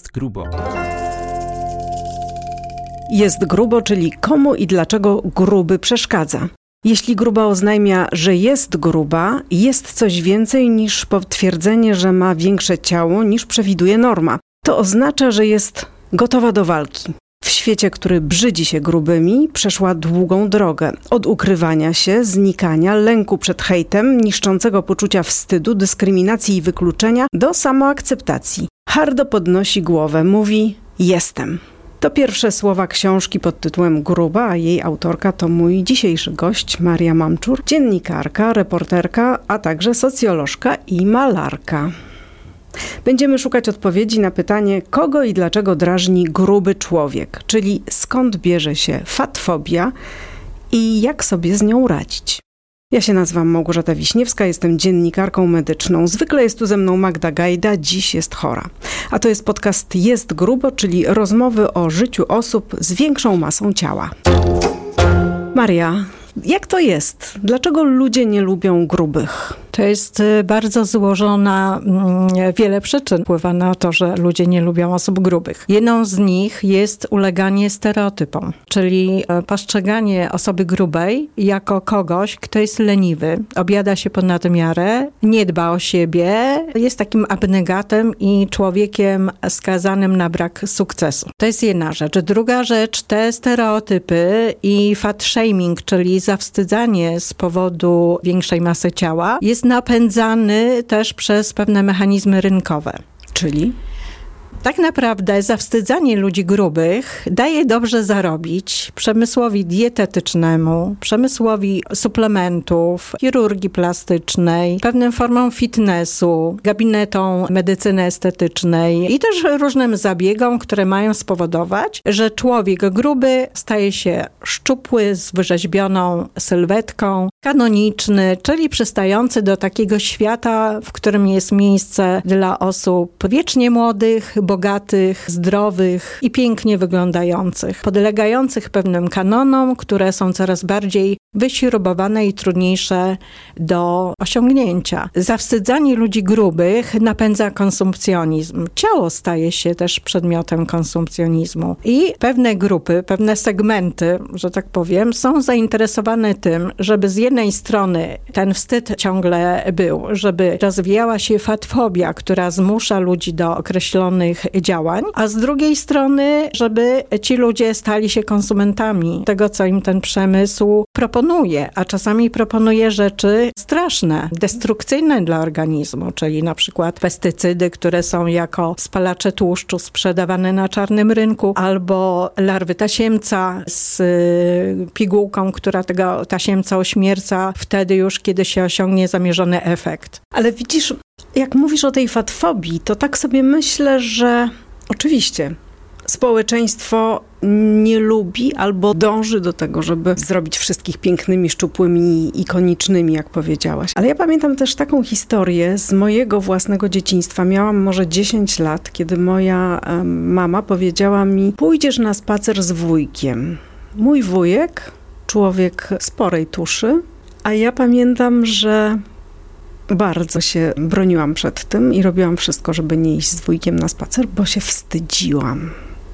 Jest grubo. Jest grubo, czyli komu i dlaczego gruby przeszkadza. Jeśli gruba oznajmia, że jest gruba, jest coś więcej niż potwierdzenie, że ma większe ciało niż przewiduje norma. To oznacza, że jest gotowa do walki. W świecie, który brzydzi się grubymi, przeszła długą drogę. Od ukrywania się, znikania, lęku przed hejtem, niszczącego poczucia wstydu, dyskryminacji i wykluczenia, do samoakceptacji. Hardo podnosi głowę, mówi: jestem. To pierwsze słowa książki pod tytułem Gruba, a jej autorka to mój dzisiejszy gość, Maria Mamczur, dziennikarka, reporterka, a także socjolożka i malarka. Będziemy szukać odpowiedzi na pytanie, kogo i dlaczego drażni gruby człowiek, czyli skąd bierze się fatfobia i jak sobie z nią radzić. Ja się nazywam Małgorzata Wiśniewska, jestem dziennikarką medyczną. Zwykle jest tu ze mną Magda Gajda, dziś jest chora. A to jest podcast Jest grubo, czyli rozmowy o życiu osób z większą masą ciała. Maria, jak to jest? Dlaczego ludzie nie lubią grubych? To jest bardzo złożona, wiele przyczyn wpływa na to, że ludzie nie lubią osób grubych. Jedną z nich jest uleganie stereotypom, czyli postrzeganie osoby grubej jako kogoś, kto jest leniwy, objada się ponad miarę, nie dba o siebie, jest takim abnegatem i człowiekiem skazanym na brak sukcesu. To jest jedna rzecz. Druga rzecz, te stereotypy i fat shaming, czyli zawstydzanie z powodu większej masy ciała, jest napędzany też przez pewne mechanizmy rynkowe. Czyli? Tak naprawdę zawstydzanie ludzi grubych daje dobrze zarobić przemysłowi dietetycznemu, przemysłowi suplementów, chirurgii plastycznej, pewnym formom fitnessu, gabinetom medycyny estetycznej i też różnym zabiegom, które mają spowodować, że człowiek gruby staje się szczupły, z wyrzeźbioną sylwetką, kanoniczny, czyli przystający do takiego świata, w którym jest miejsce dla osób wiecznie młodych, bogatych, zdrowych i pięknie wyglądających, podlegających pewnym kanonom, które są coraz bardziej wyśrubowane i trudniejsze do osiągnięcia. Zawstydzanie ludzi grubych napędza konsumpcjonizm. Ciało staje się też przedmiotem konsumpcjonizmu. I pewne grupy, pewne segmenty, że tak powiem, są zainteresowane tym, żeby z jednej strony ten wstyd ciągle był, żeby rozwijała się fatfobia, która zmusza ludzi do określonych działań, a z drugiej strony, żeby ci ludzie stali się konsumentami tego, co im ten przemysł proponuje, a czasami proponuje rzeczy straszne, destrukcyjne dla organizmu, czyli na przykład pestycydy, które są jako spalacze tłuszczu sprzedawane na czarnym rynku, albo larwy tasiemca z pigułką, która tego tasiemca ośmierca wtedy już, kiedy się osiągnie zamierzony efekt. Ale widzisz, jak mówisz o tej fatfobii, to tak sobie myślę, że oczywiście społeczeństwo nie lubi albo dąży do tego, żeby zrobić wszystkich pięknymi, szczupłymi, ikonicznymi, jak powiedziałaś. Ale ja pamiętam też taką historię z mojego własnego dzieciństwa. Miałam może 10 lat, kiedy moja mama powiedziała mi: pójdziesz na spacer z wujkiem. Mój wujek, człowiek sporej tuszy, a ja pamiętam, że bardzo się broniłam przed tym i robiłam wszystko, żeby nie iść z wujkiem na spacer, bo się wstydziłam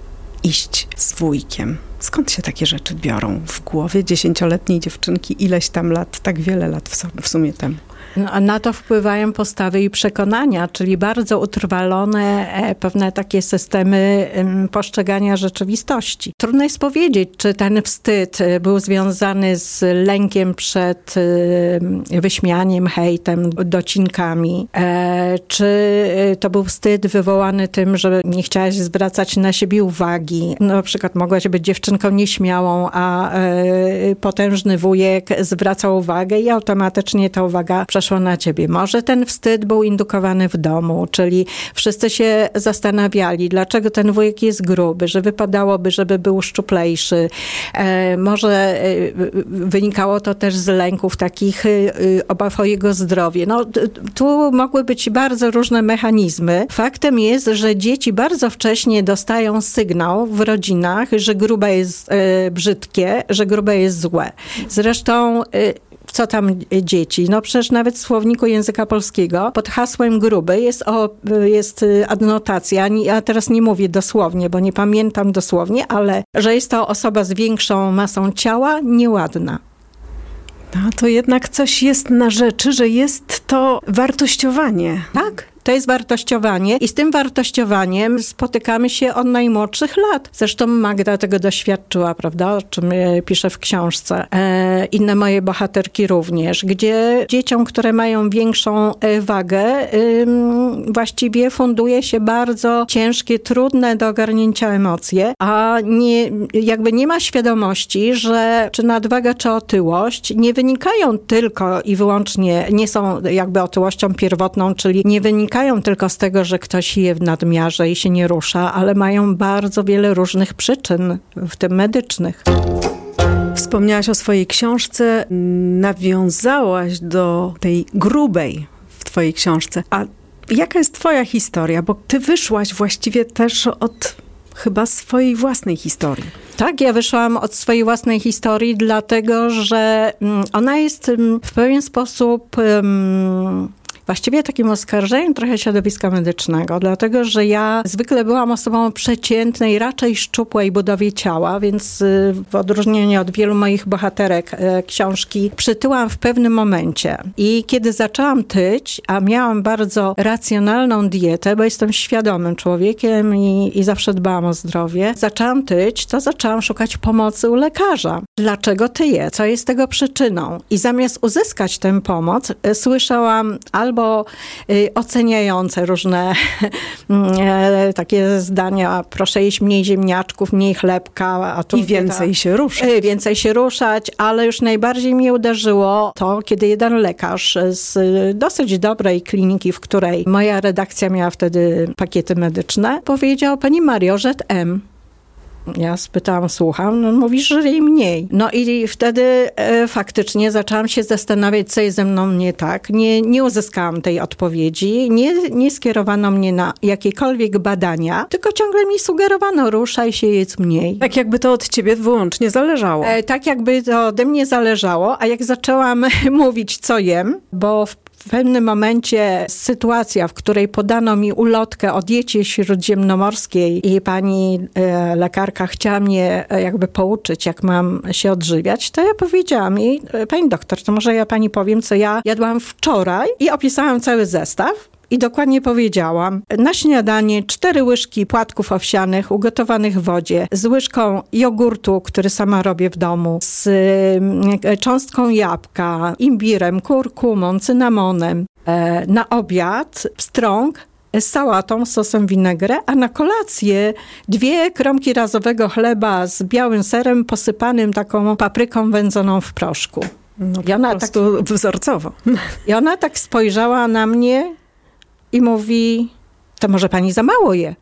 iść z wujkiem. Skąd się takie rzeczy biorą w głowie 10-letniej dziewczynki, ileś tam lat, tak wiele lat w sumie temu? No, a na to wpływają postawy i przekonania, czyli bardzo utrwalone pewne takie systemy postrzegania rzeczywistości. Trudno jest powiedzieć, czy ten wstyd był związany z lękiem przed wyśmianiem, hejtem, docinkami, czy to był wstyd wywołany tym, że nie chciałaś zwracać na siebie uwagi. No, na przykład mogłaś być dziewczynką nieśmiałą, a potężny wujek zwracał uwagę i automatycznie ta uwaga przeszła na ciebie. Może ten wstyd był indukowany w domu, czyli wszyscy się zastanawiali, dlaczego ten wujek jest gruby, że wypadałoby, żeby był szczuplejszy. Może wynikało to też z lęków takich obaw o jego zdrowie. No, tu mogły być bardzo różne mechanizmy. Faktem jest, że dzieci bardzo wcześnie dostają sygnał w rodzinach, że grube jest brzydkie, że grube jest złe. Zresztą co tam dzieci? No przecież nawet w słowniku języka polskiego pod hasłem gruby jest adnotacja. Ja teraz nie mówię dosłownie, bo nie pamiętam dosłownie, ale że jest to osoba z większą masą ciała, nieładna. No to jednak coś jest na rzeczy, że jest to wartościowanie. Tak. To jest wartościowanie i z tym wartościowaniem spotykamy się od najmłodszych lat. Zresztą Magda tego doświadczyła, prawda, o czym piszę w książce. Inne moje bohaterki również, gdzie dzieciom, które mają większą wagę, właściwie funduje się bardzo ciężkie, trudne do ogarnięcia emocje, a nie ma świadomości, że czy nadwaga, czy otyłość nie wynikają tylko i wyłącznie, nie są jakby otyłością pierwotną, czyli nie wynikają tylko z tego, że ktoś je w nadmiarze i się nie rusza, ale mają bardzo wiele różnych przyczyn, w tym medycznych. Wspomniałaś o swojej książce, nawiązałaś do tej grubej w twojej książce. A jaka jest twoja historia? Bo ty wyszłaś właściwie też od chyba swojej własnej historii. Tak, ja wyszłam od swojej własnej historii, dlatego że ona jest w pewien sposób właściwie takim oskarżeniem trochę środowiska medycznego, dlatego że ja zwykle byłam osobą przeciętnej, raczej szczupłej budowie ciała, więc w odróżnieniu od wielu moich bohaterek książki przytyłam w pewnym momencie. I kiedy zaczęłam tyć, a miałam bardzo racjonalną dietę, bo jestem świadomym człowiekiem i zawsze dbałam o zdrowie, zaczęłam tyć, to zaczęłam szukać pomocy u lekarza. Dlaczego tyję? Co jest tego przyczyną? I zamiast uzyskać tę pomoc, słyszałam albo oceniające różne takie zdania, proszę jeść mniej ziemniaczków, mniej chlebka. A tu i więcej się ruszać. Więcej się ruszać, ale już najbardziej mnie uderzyło to, kiedy jeden lekarz z dosyć dobrej kliniki, w której moja redakcja miała wtedy pakiety medyczne, powiedział: pani Mario, ZM. Ja spytałam, słucham, no mówisz, że jej mniej. No i wtedy faktycznie zaczęłam się zastanawiać, co jest ze mną nie tak. Nie uzyskałam tej odpowiedzi, nie skierowano mnie na jakiekolwiek badania, tylko ciągle mi sugerowano, ruszaj się, jedz mniej. Tak jakby to od ciebie wyłącznie zależało. Tak jakby to ode mnie zależało, a jak zaczęłam mówić, co jem, bo w pewnym momencie sytuacja, w której podano mi ulotkę o diecie śródziemnomorskiej i pani lekarka chciała mnie jakby pouczyć, jak mam się odżywiać, to ja powiedziałam jej: pani doktor, to może ja pani powiem, co ja jadłam wczoraj, i opisałam cały zestaw. I dokładnie powiedziałam: na śniadanie 4 łyżki płatków owsianych ugotowanych w wodzie, z łyżką jogurtu, który sama robię w domu, z cząstką jabłka, imbirem, kurkumą, cynamonem. Na obiad pstrąg z sałatą, sosem vinaigrette, a na kolację 2 kromki razowego chleba z białym serem posypanym taką papryką wędzoną w proszku. No, I ona po prostu tak wzorcowo. I ona tak spojrzała na mnie i mówi: to może pani za mało je.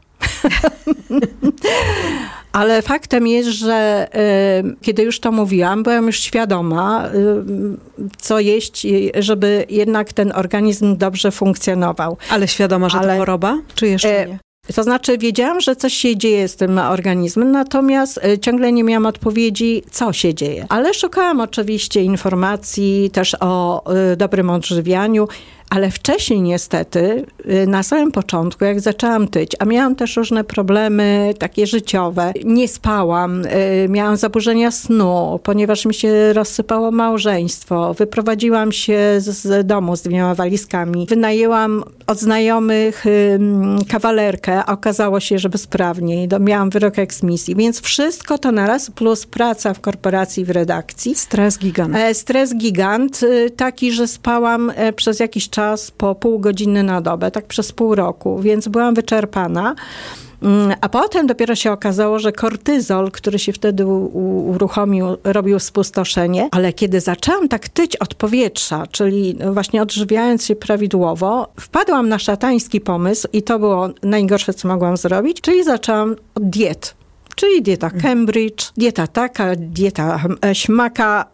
Ale faktem jest, że kiedy już to mówiłam, byłam już świadoma, co jeść, żeby jednak ten organizm dobrze funkcjonował. Ale świadoma, że to choroba? Czy jeszcze nie? To znaczy wiedziałam, że coś się dzieje z tym organizmem, natomiast ciągle nie miałam odpowiedzi, co się dzieje. Ale szukałam oczywiście informacji też o dobrym odżywianiu, ale wcześniej niestety, na samym początku, jak zaczęłam tyć, a miałam też różne problemy takie życiowe, nie spałam, miałam zaburzenia snu, ponieważ mi się rozsypało małżeństwo, wyprowadziłam się z domu z 2 walizkami, wynajęłam od znajomych kawalerkę, a okazało się, że bezprawnie, miałam wyrok eksmisji, więc wszystko to naraz, plus praca w korporacji, w redakcji. Stres gigant. Stres gigant, taki, że spałam przez jakiś czas po pół godziny na dobę, tak przez pół roku, więc byłam wyczerpana. A potem dopiero się okazało, że kortyzol, który się wtedy uruchomił, robił spustoszenie, ale kiedy zaczęłam tak tyć od powietrza, czyli właśnie odżywiając się prawidłowo, wpadłam na szatański pomysł i to było najgorsze, co mogłam zrobić, czyli zaczęłam od diet. Czyli dieta Cambridge, dieta taka, dieta śmaka,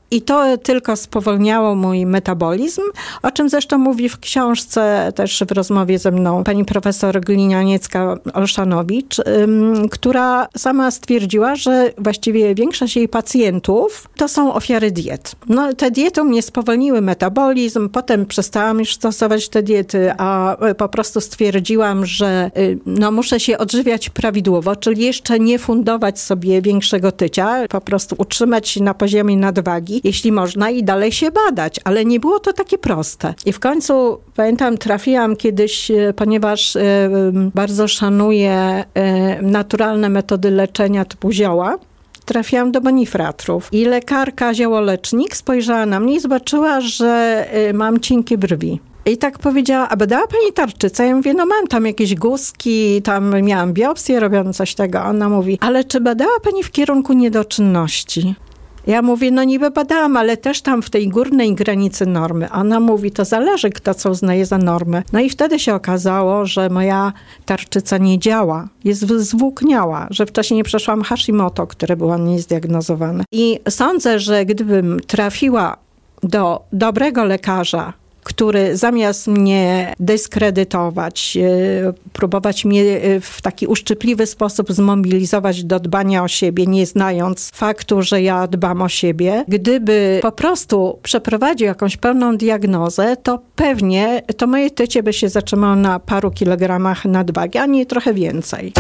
I to tylko spowolniało mój metabolizm, o czym zresztą mówi w książce, też w rozmowie ze mną, pani profesor Glinianiecka-Olszanowicz, która sama stwierdziła, że właściwie większość jej pacjentów to są ofiary diet. No, te diety mnie spowolniły metabolizm, potem przestałam już stosować te diety, a po prostu stwierdziłam, że muszę się odżywiać prawidłowo, czyli jeszcze nie fundować sobie większego tycia, po prostu utrzymać się na poziomie nadwagi, jeśli można, i dalej się badać, ale nie było to takie proste. I w końcu, pamiętam, trafiłam kiedyś, ponieważ bardzo szanuję naturalne metody leczenia typu zioła, trafiłam do bonifratrów i lekarka ziołolecznik spojrzała na mnie i zobaczyła, że mam cienkie brwi. I tak powiedziała, a badała pani tarczycę? Ja mówię, no mam tam jakieś guzki, tam miałam biopsję, robiłam coś tego. Ona mówi, ale czy badała pani w kierunku niedoczynności? Ja mówię, no niby badałam, ale też tam w tej górnej granicy normy. Ona mówi, to zależy, kto co uznaje za normę. No i wtedy się okazało, że moja tarczyca nie działa, jest zwłókniała, że wcześniej nie przeszłam Hashimoto, które było niezdiagnozowane. I sądzę, że gdybym trafiła do dobrego lekarza, który zamiast mnie dyskredytować, próbować mnie w taki uszczypliwy sposób zmobilizować do dbania o siebie, nie znając faktu, że ja dbam o siebie, gdyby po prostu przeprowadził jakąś pełną diagnozę, to pewnie to moje tycie by się zatrzymało na paru kilogramach nadwagi, a nie trochę więcej.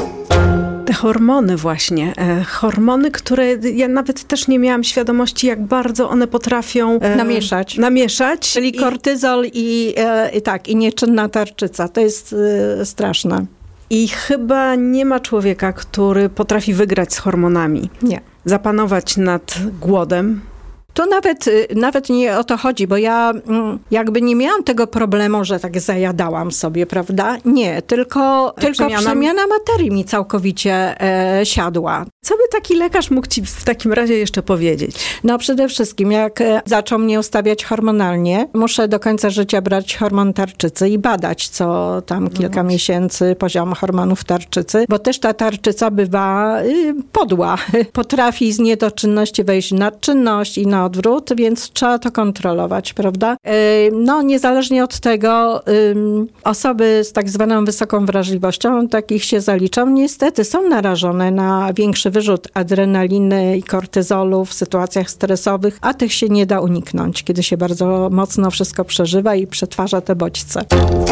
Te hormony właśnie, hormony, które ja nawet też nie miałam świadomości, jak bardzo one potrafią namieszać. Czyli kortyzol i nieczynna tarczyca. To jest straszne. I chyba nie ma człowieka, który potrafi wygrać z hormonami. Nie. Zapanować nad głodem. To nawet nie o to chodzi, bo ja jakby nie miałam tego problemu, że tak zajadałam sobie, prawda? Nie, tylko przemiana materii mi całkowicie siadła. Co by taki lekarz mógł ci w takim razie jeszcze powiedzieć? No przede wszystkim, jak zaczął mnie ustawiać hormonalnie, muszę do końca życia brać hormon tarczycy i badać co tam kilka miesięcy poziom hormonów tarczycy, bo też ta tarczyca bywa podła. Potrafi z niedoczynności wejść w nadczynność i na odwrót, więc trzeba to kontrolować, prawda? No niezależnie od tego osoby z tak zwaną wysoką wrażliwością, takich się zaliczam, niestety są narażone na większy wyrzut adrenaliny i kortyzolu w sytuacjach stresowych, a tych się nie da uniknąć, kiedy się bardzo mocno wszystko przeżywa i przetwarza te bodźce.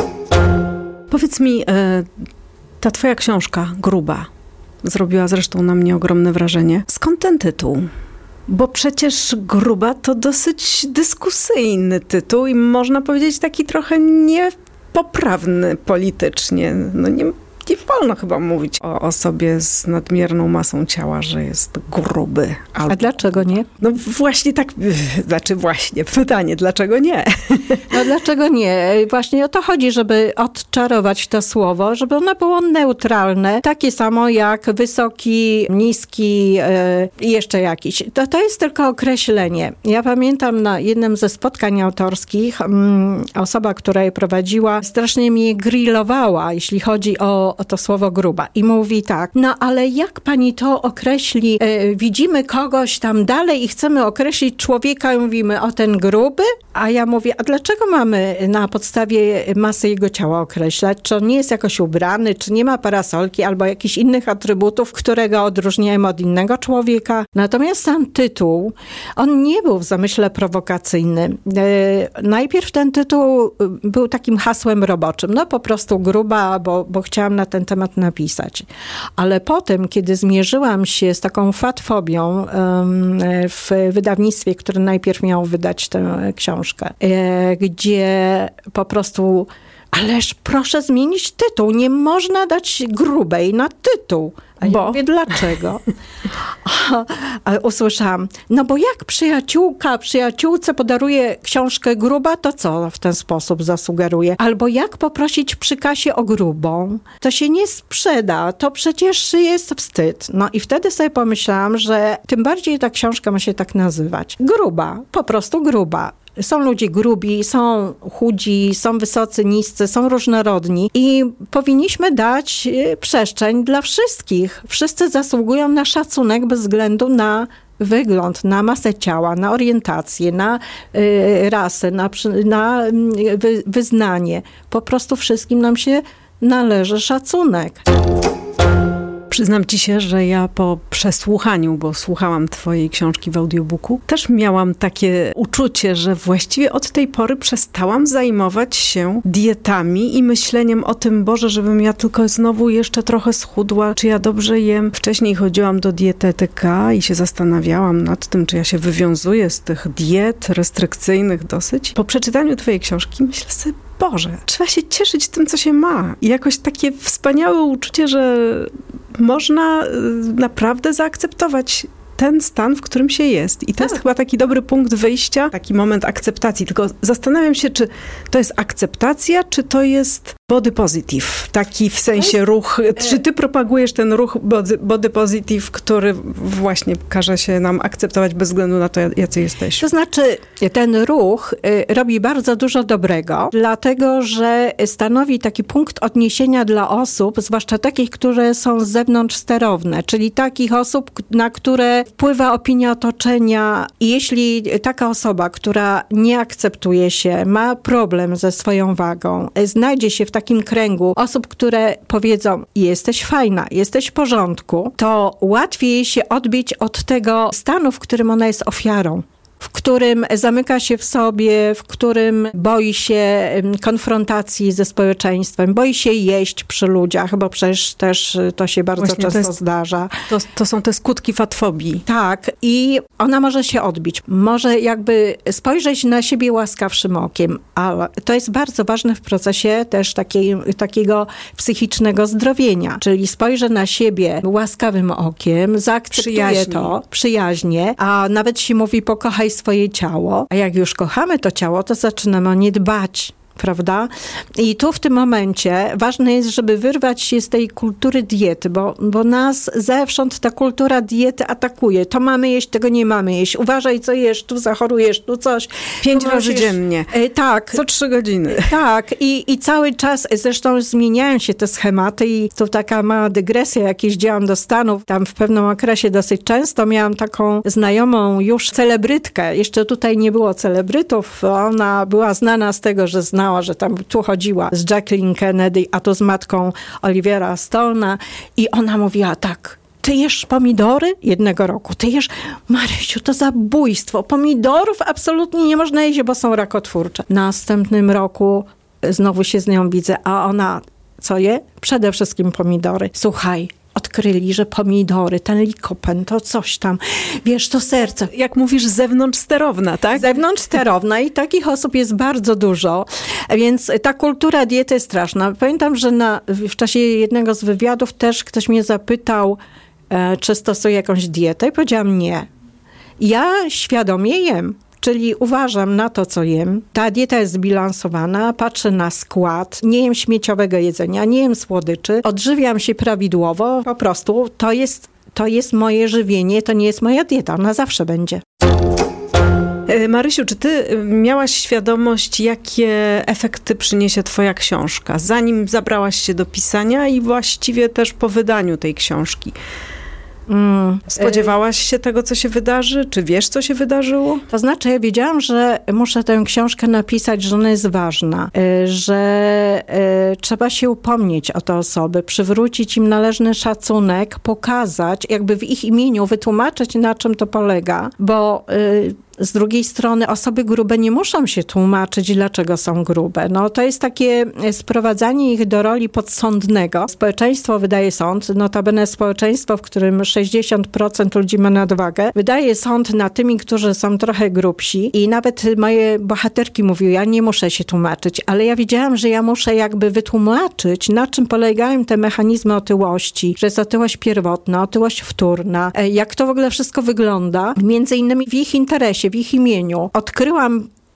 Powiedz mi, ta twoja książka, Gruba, zrobiła zresztą na mnie ogromne wrażenie. Skąd ten tytuł? Bo przecież Gruba to dosyć dyskusyjny tytuł i można powiedzieć taki trochę niepoprawny politycznie. No nie wolno chyba mówić o osobie z nadmierną masą ciała, że jest gruby. A dlaczego nie? No właśnie tak, pytanie, dlaczego nie? No dlaczego nie? Właśnie o to chodzi, żeby odczarować to słowo, żeby ono było neutralne, takie samo jak wysoki, niski i jeszcze jakiś. To jest tylko określenie. Ja pamiętam na jednym ze spotkań autorskich osoba, która je prowadziła, strasznie mnie grillowała, jeśli chodzi o to słowo gruba. I mówi tak, no ale jak pani to określi? Widzimy kogoś tam dalej i chcemy określić człowieka i mówimy o ten gruby? A ja mówię, a dlaczego mamy na podstawie masy jego ciała określać? Czy on nie jest jakoś ubrany, czy nie ma parasolki albo jakichś innych atrybutów, które go odróżniają od innego człowieka? Natomiast sam tytuł, on nie był w zamyśle prowokacyjny. Najpierw ten tytuł był takim hasłem roboczym. No po prostu gruba, bo chciałam na ten temat napisać. Ale potem, kiedy zmierzyłam się z taką fatfobią w wydawnictwie, które najpierw miało wydać tę książkę, gdzie po prostu ależ proszę zmienić tytuł. Nie można dać grubej na tytuł. A ja mówię, dlaczego? A usłyszałam, no bo jak przyjaciółce podaruje książkę gruba, to co w ten sposób zasugeruje? Albo jak poprosić przy kasie o grubą? To się nie sprzeda, to przecież jest wstyd. No i wtedy sobie pomyślałam, że tym bardziej ta książka ma się tak nazywać. Gruba, po prostu gruba. Są ludzie grubi, są chudzi, są wysocy, niscy, są różnorodni i powinniśmy dać przestrzeń dla wszystkich. Wszyscy zasługują na szacunek bez względu na wygląd, na masę ciała, na orientację, na rasę, na wyznanie. Po prostu wszystkim nam się należy szacunek. Przyznam ci się, że ja po przesłuchaniu, bo słuchałam twojej książki w audiobooku, też miałam takie uczucie, że właściwie od tej pory przestałam zajmować się dietami i myśleniem o tym, Boże, żebym ja tylko znowu jeszcze trochę schudła, czy ja dobrze jem. Wcześniej chodziłam do dietetyka i się zastanawiałam nad tym, czy ja się wywiązuję z tych diet restrykcyjnych dosyć. Po przeczytaniu twojej książki myślę sobie, Boże, trzeba się cieszyć tym, co się ma. I jakoś takie wspaniałe uczucie, że można naprawdę zaakceptować ten stan, w którym się jest. I to jest chyba taki dobry punkt wyjścia, taki moment akceptacji. Tylko zastanawiam się, czy to jest akceptacja, czy to jest body positive. Taki w sensie ruch. Czy ty propagujesz ten ruch body positive, który właśnie każe się nam akceptować bez względu na to, jacy jesteśmy? To znaczy, ten ruch robi bardzo dużo dobrego, dlatego, że stanowi taki punkt odniesienia dla osób, zwłaszcza takich, które są z zewnątrz sterowne, czyli takich osób, na które wpływa opinia otoczenia. I jeśli taka osoba, która nie akceptuje się, ma problem ze swoją wagą, znajdzie się w takim kręgu osób, które powiedzą, jesteś fajna, jesteś w porządku, to łatwiej się odbić od tego stanu, w którym ona jest ofiarą, w którym zamyka się w sobie, w którym boi się konfrontacji ze społeczeństwem, boi się jeść przy ludziach, bo przecież też to się bardzo właśnie często zdarza. To są te skutki fatfobii. Tak, i ona może się odbić. Może jakby spojrzeć na siebie łaskawszym okiem, ale to jest bardzo ważne w procesie też takiego psychicznego zdrowienia. Czyli spojrzę na siebie łaskawym okiem, zaakceptuję to, przyjaźnie, a nawet się mówi, pokochaj swoje ciało, a jak już kochamy to ciało, to zaczynamy o nie dbać. Prawda? I tu w tym momencie ważne jest, żeby wyrwać się z tej kultury diety, bo nas zewsząd ta kultura diety atakuje. To mamy jeść, tego nie mamy jeść. Uważaj, co jesz, tu zachorujesz, tu coś. 5 razy dziennie. Tak. Co 3 godziny. Tak. I cały czas, zresztą zmieniają się te schematy i to taka mała dygresja, jak jeździłam do Stanów, tam w pewnym okresie dosyć często miałam taką znajomą już celebrytkę. Jeszcze tutaj nie było celebrytów. Ona była znana z tego, że że tam tu chodziła z Jacqueline Kennedy, a to z matką Olivera Stone'a i ona mówiła tak, ty jesz pomidory? Jednego roku. Ty jesz, Marysiu, to zabójstwo. Pomidorów absolutnie nie można jeść, bo są rakotwórcze. Następnym roku znowu się z nią widzę, a ona co je? Przede wszystkim pomidory. Słuchaj, odkryli, że pomidory, ten likopen, to coś tam, wiesz, to serce. Jak mówisz, zewnątrz sterowna, tak? Zewnątrz sterowna i takich osób jest bardzo dużo, więc ta kultura diety jest straszna. Pamiętam, że w czasie jednego z wywiadów też ktoś mnie zapytał, czy stosuję jakąś dietę i powiedziałam nie. Ja świadomie jem. Czyli uważam na to, co jem. Ta dieta jest zbilansowana, patrzę na skład, nie jem śmieciowego jedzenia, nie jem słodyczy, odżywiam się prawidłowo. Po prostu to jest moje żywienie, to nie jest moja dieta, ona zawsze będzie. Marysiu, czy ty miałaś świadomość, jakie efekty przyniesie twoja książka, zanim zabrałaś się do pisania i właściwie też po wydaniu tej książki? Spodziewałaś się tego, co się wydarzy? Czy wiesz, co się wydarzyło? To znaczy, ja wiedziałam, że muszę tę książkę napisać, że ona jest ważna, że trzeba się upomnieć o te osoby, przywrócić im należny szacunek, pokazać, jakby w ich imieniu wytłumaczyć, na czym to polega, bo z drugiej strony osoby grube nie muszą się tłumaczyć, dlaczego są grube. No, to jest takie sprowadzanie ich do roli podsądnego. Społeczeństwo wydaje sąd, notabene społeczeństwo, w którym 60% ludzi ma nadwagę, wydaje sąd nad tymi, którzy są trochę grubsi i nawet moje bohaterki mówiły, ja nie muszę się tłumaczyć, ale ja wiedziałam, że ja muszę jakby wytłumaczyć, na czym polegają te mechanizmy otyłości, że jest otyłość pierwotna, otyłość wtórna, jak to w ogóle wszystko wygląda, między innymi w ich interesie, w ich imieniu. Odkryłam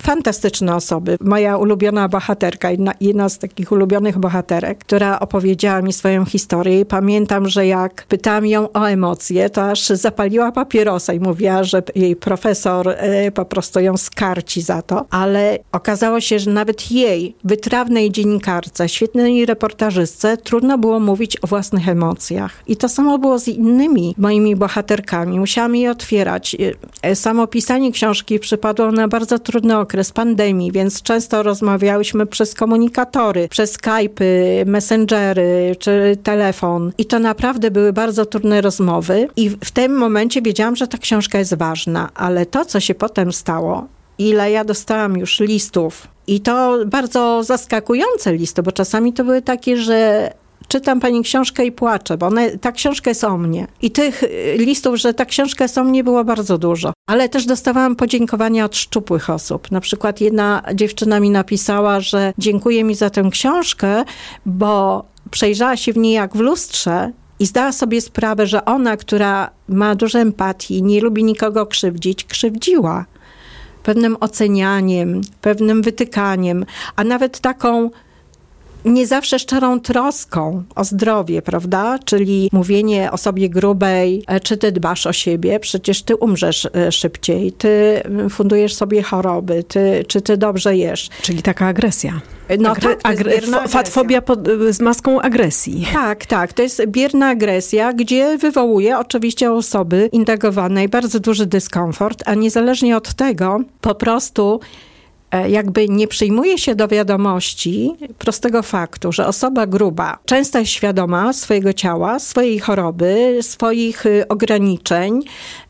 fantastyczne osoby. Moja ulubiona bohaterka, jedna z takich ulubionych bohaterek, która opowiedziała mi swoją historię i pamiętam, że jak pytałam ją o emocje, to aż zapaliła papierosa i mówiła, że jej profesor po prostu ją skarci za to, ale okazało się, że nawet jej, wytrawnej dziennikarce, świetnej reportażystce, trudno było mówić o własnych emocjach. I to samo było z innymi moimi bohaterkami. Musiałam je otwierać. Samo pisanie książki przypadło na bardzo trudny okres pandemii, więc często rozmawiałyśmy przez komunikatory, przez Skype'y, Messengery czy telefon. I to naprawdę były bardzo trudne rozmowy. I w tym momencie wiedziałam, że ta książka jest ważna, ale to, co się potem stało, ile ja dostałam już listów i to bardzo zaskakujące listy, bo czasami to były takie, że czytam pani książkę i płaczę, bo ta książka jest o mnie. I tych listów, że ta książka jest o mnie, było bardzo dużo. Ale też dostawałam podziękowania od szczupłych osób. Na przykład jedna dziewczyna mi napisała, że dziękuję mi za tę książkę, bo przejrzała się w niej jak w lustrze i zdała sobie sprawę, że ona, która ma dużo empatii, nie lubi nikogo krzywdzić, krzywdziła. Pewnym ocenianiem, pewnym wytykaniem, a nawet taką nie zawsze szczerą troską o zdrowie, prawda? Czyli mówienie osobie grubej, czy ty dbasz o siebie, przecież ty umrzesz szybciej, ty fundujesz sobie choroby, czy ty dobrze jesz. Czyli taka agresja. No Fatfobia z maską agresji. Tak. To jest bierna agresja, gdzie wywołuje oczywiście osoby indagowanej bardzo duży dyskomfort, a niezależnie od tego po prostu jakby nie przyjmuje się do wiadomości prostego faktu, że osoba gruba często jest świadoma swojego ciała, swojej choroby, swoich ograniczeń,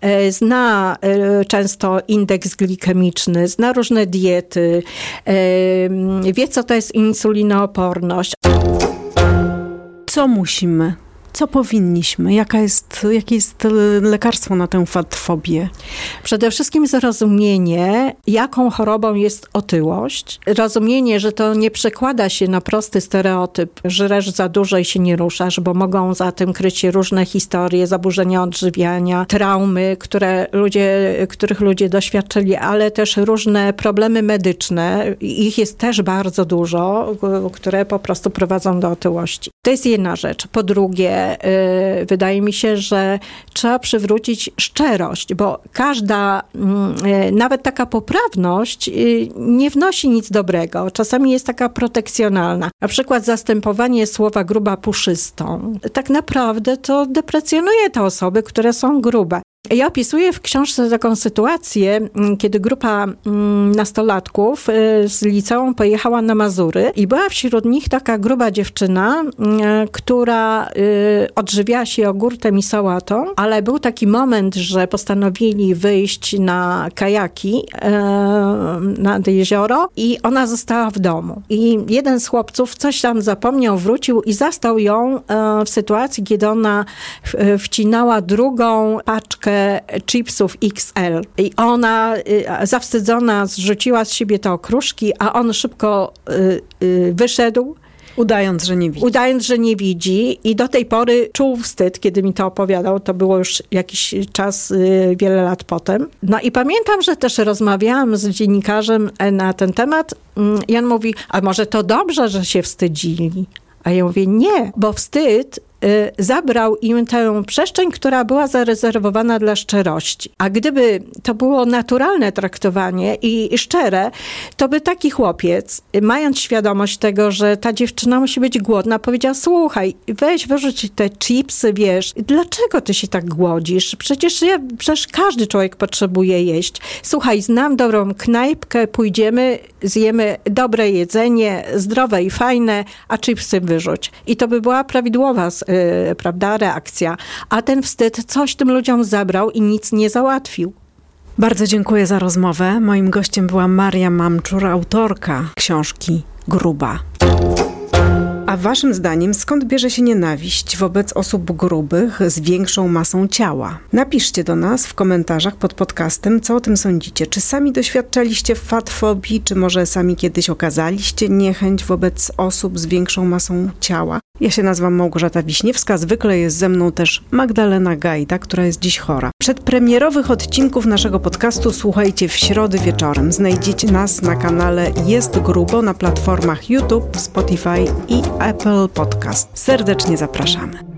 zna często indeks glikemiczny, zna różne diety, wie, co to jest insulinooporność. Co musimy? Co powinniśmy? Jakie jest lekarstwo na tę fatfobię? Przede wszystkim zrozumienie, jaką chorobą jest otyłość. Rozumienie, że to nie przekłada się na prosty stereotyp, żresz za dużo i się nie ruszasz, bo mogą za tym kryć się różne historie, zaburzenia odżywiania, traumy, których ludzie doświadczyli, ale też różne problemy medyczne. Ich jest też bardzo dużo, które po prostu prowadzą do otyłości. To jest jedna rzecz. Po drugie, wydaje mi się, że trzeba przywrócić szczerość, bo każda, nawet taka poprawność nie wnosi nic dobrego. Czasami jest taka protekcjonalna. Na przykład zastępowanie słowa gruba puszystą. Tak naprawdę to deprecjonuje te osoby, które są grube. Ja opisuję w książce taką sytuację, kiedy grupa nastolatków z liceum pojechała na Mazury i była wśród nich taka gruba dziewczyna, która odżywiała się jogurtem i sałatą, ale był taki moment, że postanowili wyjść na kajaki nad jezioro i ona została w domu. I jeden z chłopców coś tam zapomniał, wrócił i zastał ją w sytuacji, kiedy ona wcinała drugą paczkę chipsów XL. I ona zawstydzona zrzuciła z siebie te okruszki, a on szybko wyszedł. Udając, że nie widzi. I do tej pory czuł wstyd, kiedy mi to opowiadał. To było już jakiś czas, wiele lat potem. No i pamiętam, że też rozmawiałam z dziennikarzem na ten temat. I on mówi, a może to dobrze, że się wstydzili? A ja mówię, nie, bo wstyd zabrał im tę przestrzeń, która była zarezerwowana dla szczerości. A gdyby to było naturalne traktowanie i szczere, to by taki chłopiec, mając świadomość tego, że ta dziewczyna musi być głodna, powiedział, słuchaj, weź wyrzuć te chipsy, wiesz, dlaczego ty się tak głodzisz? Przecież każdy człowiek potrzebuje jeść. Słuchaj, znam dobrą knajpkę, pójdziemy, zjemy dobre jedzenie, zdrowe i fajne, a chipsy wyrzuć. I to by była prawidłowa prawda, reakcja. A ten wstyd coś tym ludziom zabrał i nic nie załatwił. Bardzo dziękuję za rozmowę. Moim gościem była Maria Mamczur, autorka książki Gruba. A waszym zdaniem skąd bierze się nienawiść wobec osób grubych z większą masą ciała? Napiszcie do nas w komentarzach pod podcastem, co o tym sądzicie. Czy sami doświadczaliście fatfobii, czy może sami kiedyś okazaliście niechęć wobec osób z większą masą ciała? Ja się nazywam Małgorzata Wiśniewska, zwykle jest ze mną też Magdalena Gajda, która jest dziś chora. Przedpremierowych odcinków naszego podcastu słuchajcie w środę wieczorem. Znajdziecie nas na kanale Jest Grubo na platformach YouTube, Spotify i Apple Podcast. Serdecznie zapraszamy.